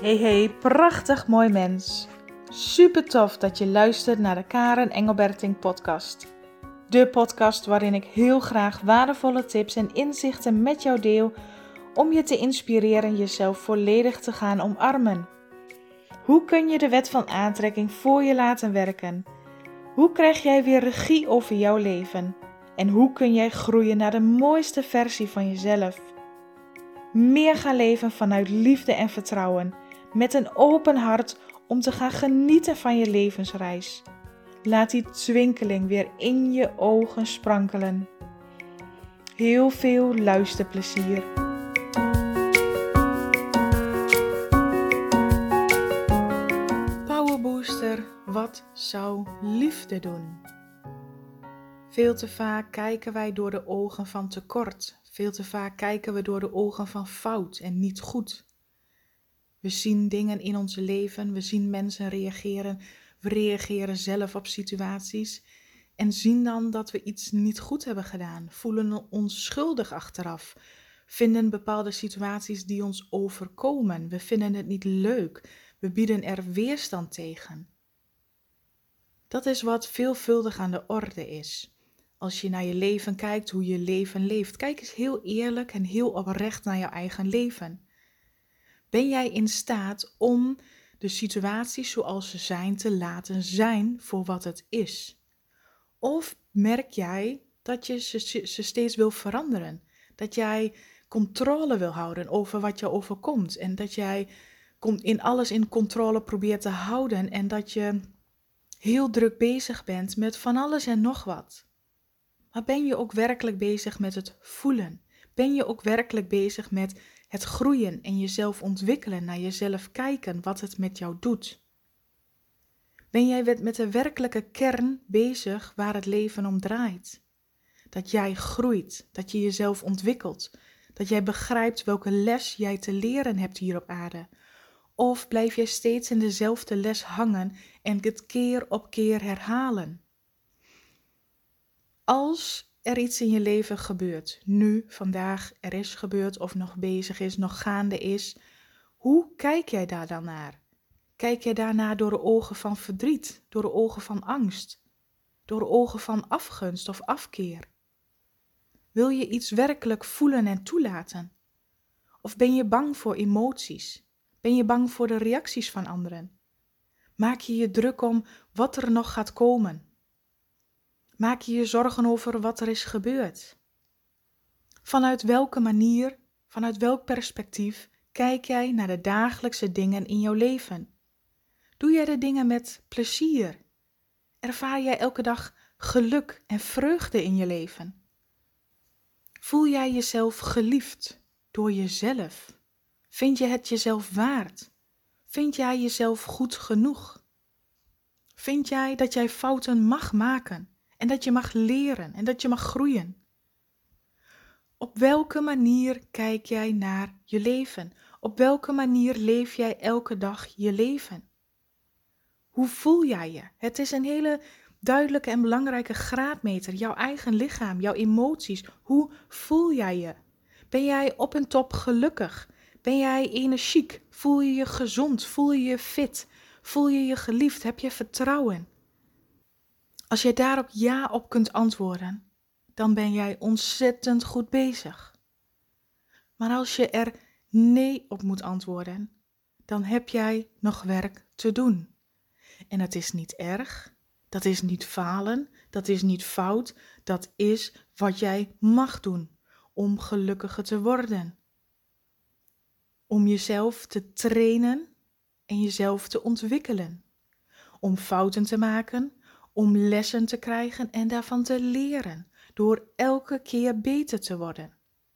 Hey, prachtig mooi mens. Super tof dat je luistert naar de Karen Engelberting podcast. De podcast waarin ik heel graag waardevolle tips en inzichten met jou deel om je te inspireren jezelf volledig te gaan omarmen. Hoe kun je de wet van aantrekking voor je laten werken? Hoe krijg jij weer regie over jouw leven? En hoe kun jij groeien naar de mooiste versie van jezelf? Meer gaan leven vanuit liefde en vertrouwen, met een open hart om te gaan genieten van je levensreis. Laat die twinkeling weer in je ogen sprankelen. Heel veel luisterplezier. Powerbooster, wat zou liefde doen? Veel te vaak kijken wij door de ogen van tekort. Veel te vaak kijken we door de ogen van fout en niet goed. We zien dingen in ons leven, we zien mensen reageren, we reageren zelf op situaties en zien dan dat we iets niet goed hebben gedaan, voelen ons schuldig achteraf, vinden bepaalde situaties die ons overkomen, we vinden het niet leuk, we bieden er weerstand tegen. Dat is wat veelvuldig aan de orde is. Als je naar je leven kijkt, hoe je leven leeft, kijk eens heel eerlijk en heel oprecht naar jouw eigen leven. Ben jij in staat om de situaties zoals ze zijn te laten zijn voor wat het is? Of merk jij dat je ze steeds wil veranderen? Dat jij controle wil houden over wat je overkomt en dat jij in alles in controle probeert te houden en dat je heel druk bezig bent met van alles en nog wat? Maar ben je ook werkelijk bezig met het voelen? Ben je ook werkelijk bezig met het groeien en jezelf ontwikkelen, naar jezelf kijken, wat het met jou doet? Ben jij met de werkelijke kern bezig waar het leven om draait? Dat jij groeit, dat je jezelf ontwikkelt, dat jij begrijpt welke les jij te leren hebt hier op aarde. Of blijf jij steeds in dezelfde les hangen en het keer op keer herhalen? Als er iets in je leven gebeurt, nu, vandaag, er is gebeurd of nog bezig is, nog gaande is, hoe kijk jij daar dan naar? Kijk jij daarnaar door de ogen van verdriet, door de ogen van angst, door de ogen van afgunst of afkeer? Wil je iets werkelijk voelen en toelaten? Of ben je bang voor emoties? Ben je bang voor de reacties van anderen? Maak je je druk om wat er nog gaat komen? Maak je je zorgen over wat er is gebeurd? Vanuit welke manier, vanuit welk perspectief kijk jij naar de dagelijkse dingen in jouw leven? Doe jij de dingen met plezier? Ervaar jij elke dag geluk en vreugde in je leven? Voel jij jezelf geliefd door jezelf? Vind je het jezelf waard? Vind jij jezelf goed genoeg? Vind jij dat jij fouten mag maken? En dat je mag leren en dat je mag groeien. Op welke manier kijk jij naar je leven? Op welke manier leef jij elke dag je leven? Hoe voel jij je? Het is een hele duidelijke en belangrijke graadmeter. Jouw eigen lichaam, jouw emoties. Hoe voel jij je? Ben jij op en top gelukkig? Ben jij energiek? Voel je je gezond? Voel je je fit? Voel je je geliefd? Heb je vertrouwen? Als jij daarop ja op kunt antwoorden, dan ben jij ontzettend goed bezig. Maar als je er nee op moet antwoorden, dan heb jij nog werk te doen. En het is niet erg, dat is niet falen, dat is niet fout, dat is wat jij mag doen om gelukkiger te worden. Om jezelf te trainen en jezelf te ontwikkelen. Om fouten te maken, om lessen te krijgen en daarvan te leren, door elke keer beter te worden.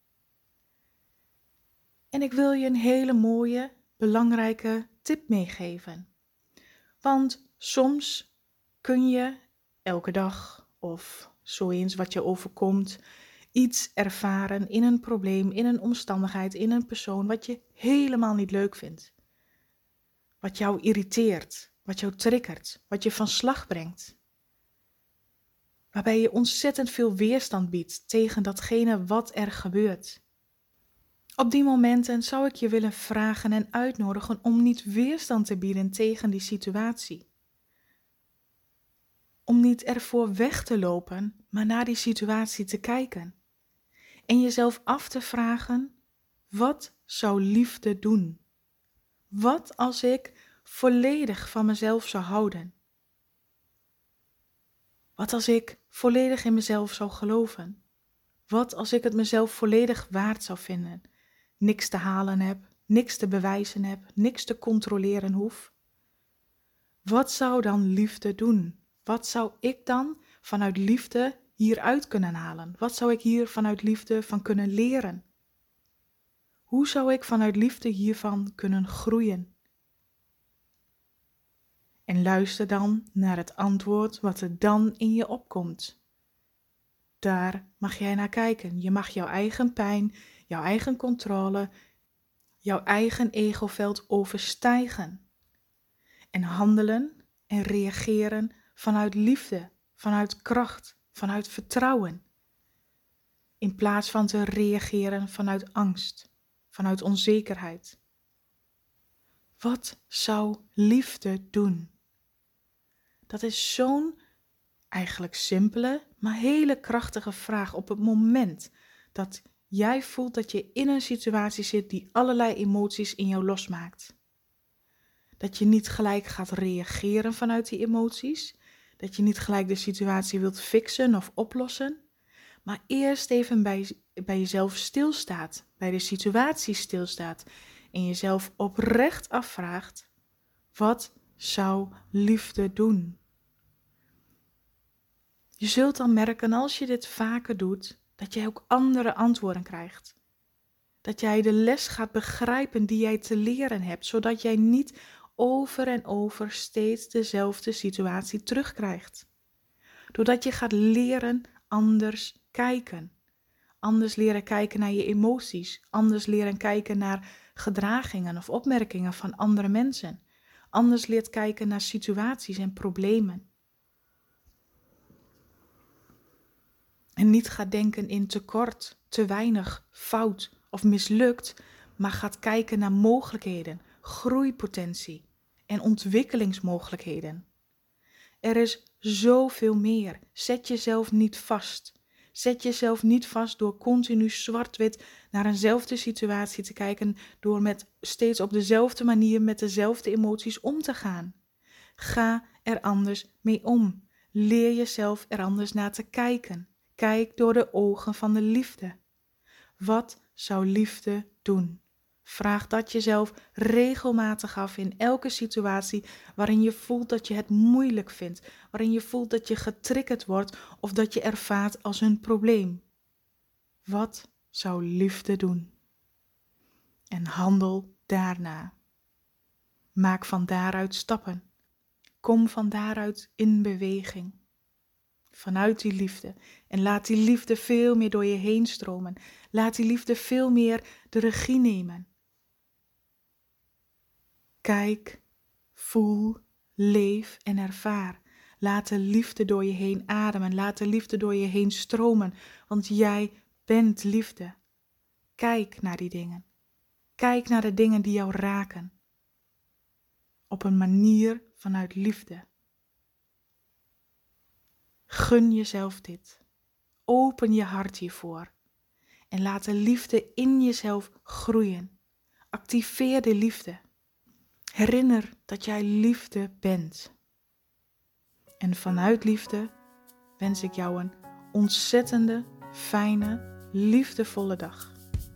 En ik wil je een hele mooie, belangrijke tip meegeven. Want soms kun je elke dag of zo eens wat je overkomt, iets ervaren in een probleem, in een omstandigheid, in een persoon wat je helemaal niet leuk vindt. Wat jou irriteert, wat jou triggert, wat je van slag brengt. Waarbij je ontzettend veel weerstand biedt tegen datgene wat er gebeurt. Op die momenten zou ik je willen vragen en uitnodigen om niet weerstand te bieden tegen die situatie. Om niet ervoor weg te lopen, maar naar die situatie te kijken. En jezelf af te vragen, wat zou liefde doen? Wat als ik volledig van mezelf zou houden? Wat als ik volledig in mezelf zou geloven? Wat als ik het mezelf volledig waard zou vinden? Niks te halen heb, niks te bewijzen heb, niks te controleren hoef. Wat zou dan liefde doen? Wat zou ik dan vanuit liefde hieruit kunnen halen? Wat zou ik hier vanuit liefde van kunnen leren? Hoe zou ik vanuit liefde hiervan kunnen groeien? En luister dan naar het antwoord wat er dan in je opkomt. Daar mag jij naar kijken. Je mag jouw eigen pijn, jouw eigen controle, jouw eigen egoveld overstijgen. En handelen en reageren vanuit liefde, vanuit kracht, vanuit vertrouwen. In plaats van te reageren vanuit angst, vanuit onzekerheid. Wat zou liefde doen? Dat is zo'n eigenlijk simpele, maar hele krachtige vraag op het moment dat jij voelt dat je in een situatie zit die allerlei emoties in jou losmaakt. Dat je niet gelijk gaat reageren vanuit die emoties, dat je niet gelijk de situatie wilt fixen of oplossen, maar eerst even bij jezelf stilstaat, bij de situatie stilstaat en jezelf oprecht afvraagt, wat zou liefde doen? Je zult dan merken als je dit vaker doet, dat jij ook andere antwoorden krijgt. Dat jij de les gaat begrijpen die jij te leren hebt, zodat jij niet over en over steeds dezelfde situatie terugkrijgt. Doordat je gaat leren anders kijken. Anders leren kijken naar je emoties. Anders leren kijken naar gedragingen of opmerkingen van andere mensen. Anders leert kijken naar situaties en problemen. En niet gaat denken in tekort, te weinig, fout of mislukt, maar gaat kijken naar mogelijkheden, groeipotentie en ontwikkelingsmogelijkheden. Er is zoveel meer. Zet jezelf niet vast. Zet jezelf niet vast door continu zwart-wit naar eenzelfde situatie te kijken, door met steeds op dezelfde manier met dezelfde emoties om te gaan. Ga er anders mee om. Leer jezelf er anders naar te kijken. Kijk door de ogen van de liefde. Wat zou liefde doen? Vraag dat jezelf regelmatig af in elke situatie waarin je voelt dat je het moeilijk vindt, waarin je voelt dat je getriggerd wordt of dat je ervaart als een probleem. Wat zou liefde doen? En handel daarna. Maak van daaruit stappen. Kom van daaruit in beweging. Vanuit die liefde. En laat die liefde veel meer door je heen stromen. Laat die liefde veel meer de regie nemen. Kijk, voel, leef en ervaar. Laat de liefde door je heen ademen. Laat de liefde door je heen stromen. Want jij bent liefde. Kijk naar die dingen. Kijk naar de dingen die jou raken. Op een manier vanuit liefde. Gun jezelf dit. Open je hart hiervoor. En laat de liefde in jezelf groeien. Activeer de liefde. Herinner dat jij liefde bent. En vanuit liefde wens ik jou een ontzettende, fijne, liefdevolle dag.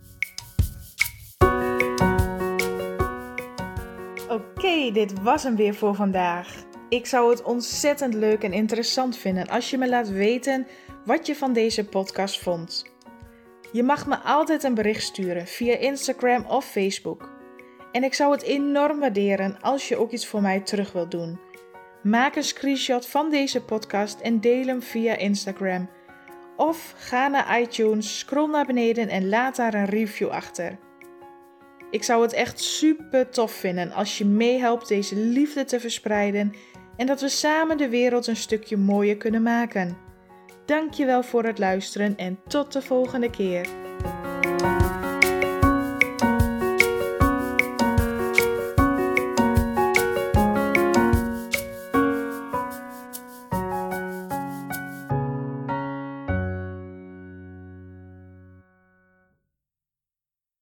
Oké, dit was hem weer voor vandaag. Ik zou het ontzettend leuk en interessant vinden als je me laat weten wat je van deze podcast vond. Je mag me altijd een bericht sturen via Instagram of Facebook. En ik zou het enorm waarderen als je ook iets voor mij terug wilt doen. Maak een screenshot van deze podcast en deel hem via Instagram. Of ga naar iTunes, scroll naar beneden en laat daar een review achter. Ik zou het echt super tof vinden als je meehelpt deze liefde te verspreiden en dat we samen de wereld een stukje mooier kunnen maken. Dankjewel voor het luisteren en tot de volgende keer.